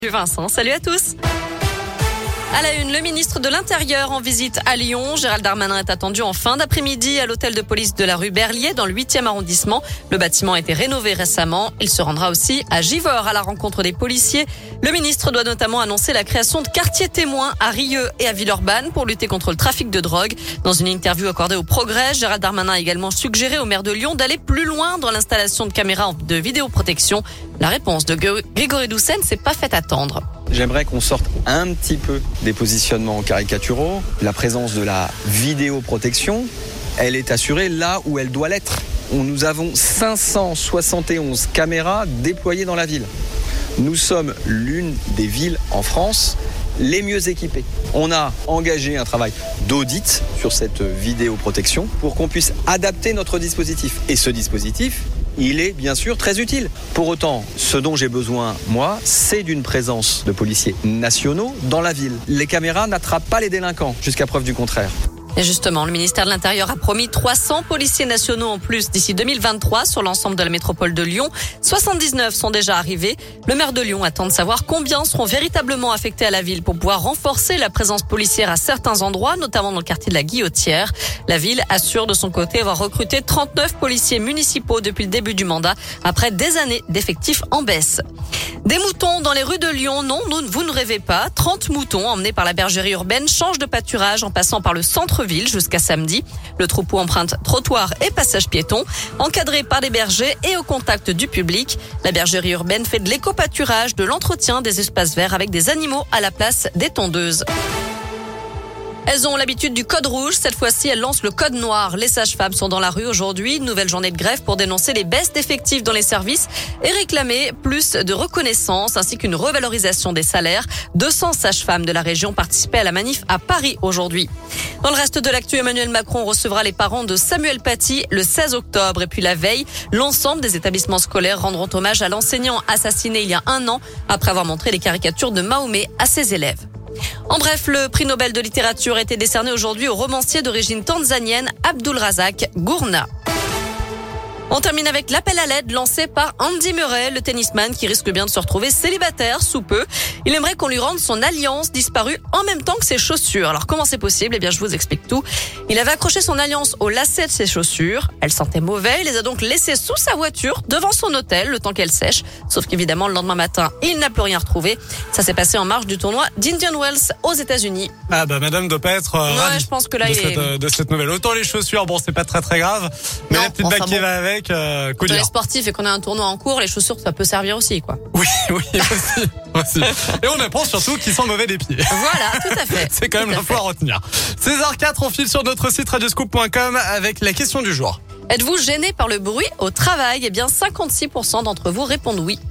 Vincent, salut à tous. À la une, le ministre de l'Intérieur en visite à Lyon. Gérald Darmanin est attendu en fin d'après-midi à l'hôtel de police de la rue Berlier dans le 8e arrondissement. Le bâtiment a été rénové récemment. Il se rendra aussi à Givors à la rencontre des policiers. Le ministre doit notamment annoncer la création de quartiers témoins à Rieux et à Villeurbanne pour lutter contre le trafic de drogue. Dans une interview accordée au Progrès, Gérald Darmanin a également suggéré au maire de Lyon d'aller plus loin dans l'installation de caméras de vidéoprotection. La réponse de Grégory Doucet ne s'est pas fait attendre. J'aimerais qu'on sorte un petit peu des positionnements caricaturaux. La présence de la vidéoprotection, elle est assurée là où elle doit l'être. Nous avons 571 caméras déployées dans la ville. Nous sommes l'une des villes en France les mieux équipées. On a engagé un travail d'audit sur cette vidéoprotection pour qu'on puisse adapter notre dispositif. Et ce dispositif, il est bien sûr très utile. Pour autant, ce dont j'ai besoin, moi, c'est d'une présence de policiers nationaux dans la ville. Les caméras n'attrapent pas les délinquants, jusqu'à preuve du contraire. Et justement, le ministère de l'Intérieur a promis 300 policiers nationaux en plus d'ici 2023 sur l'ensemble de la métropole de Lyon. 79 sont déjà arrivés. Le maire de Lyon attend de savoir combien seront véritablement affectés à la ville pour pouvoir renforcer la présence policière à certains endroits, notamment dans le quartier de la Guillotière. La ville assure de son côté avoir recruté 39 policiers municipaux depuis le début du mandat, après des années d'effectifs en baisse. Des moutons dans les rues de Lyon, non, vous ne rêvez pas. 30 moutons emmenés par la bergerie urbaine changent de pâturage en passant par le centre-ville jusqu'à samedi. Le troupeau emprunte trottoirs et passages piétons, encadré par des bergers et au contact du public. La bergerie urbaine fait de l'éco-pâturage, de l'entretien des espaces verts avec des animaux à la place des tondeuses. Elles ont l'habitude du code rouge. Cette fois-ci, elles lancent le code noir. Les sages-femmes sont dans la rue aujourd'hui. Nouvelle journée de grève pour dénoncer les baisses d'effectifs dans les services et réclamer plus de reconnaissance ainsi qu'une revalorisation des salaires. 200 sages-femmes de la région participaient à la manif à Paris aujourd'hui. Dans le reste de l'actu, Emmanuel Macron recevra les parents de Samuel Paty le 16 octobre. Et puis la veille, l'ensemble des établissements scolaires rendront hommage à l'enseignant assassiné il y a 1 an après avoir montré les caricatures de Mahomet à ses élèves. En bref, le prix Nobel de littérature a été décerné aujourd'hui au romancier d'origine tanzanienne Abdulrazak Gurnah. On termine avec l'appel à l'aide lancé par Andy Murray, le tennisman qui risque bien de se retrouver célibataire sous peu. Il aimerait qu'on lui rende son alliance disparue en même temps que ses chaussures. Alors comment c'est possible ? Eh bien, je vous explique tout. Il avait accroché son alliance au lacet de ses chaussures. Elle sentait mauvais. Il les a donc laissées sous sa voiture, devant son hôtel, le temps qu'elle sèche. Sauf qu'évidemment, le lendemain matin, il n'a plus rien retrouvé. Ça s'est passé en marge du tournoi d'Indian Wells aux États-Unis. Ah bah madame doit pas être ravie je pense que là, de cette nouvelle. Autant les chaussures, bon c'est pas très grave, mais non, la petite bague qui va avec, coup Dans dur. les sportifs et qu'on a un tournoi en cours, les chaussures ça peut servir aussi quoi. Oui, aussi. Et on apprend surtout qu'ils sont mauvais des pieds. Voilà, tout à fait. C'est quand même l'info à retenir. 16h04, on file sur notre site radioscoop.com avec la question du jour. Êtes-vous gêné par le bruit au travail ? Eh bien, 56% d'entre vous répondent oui.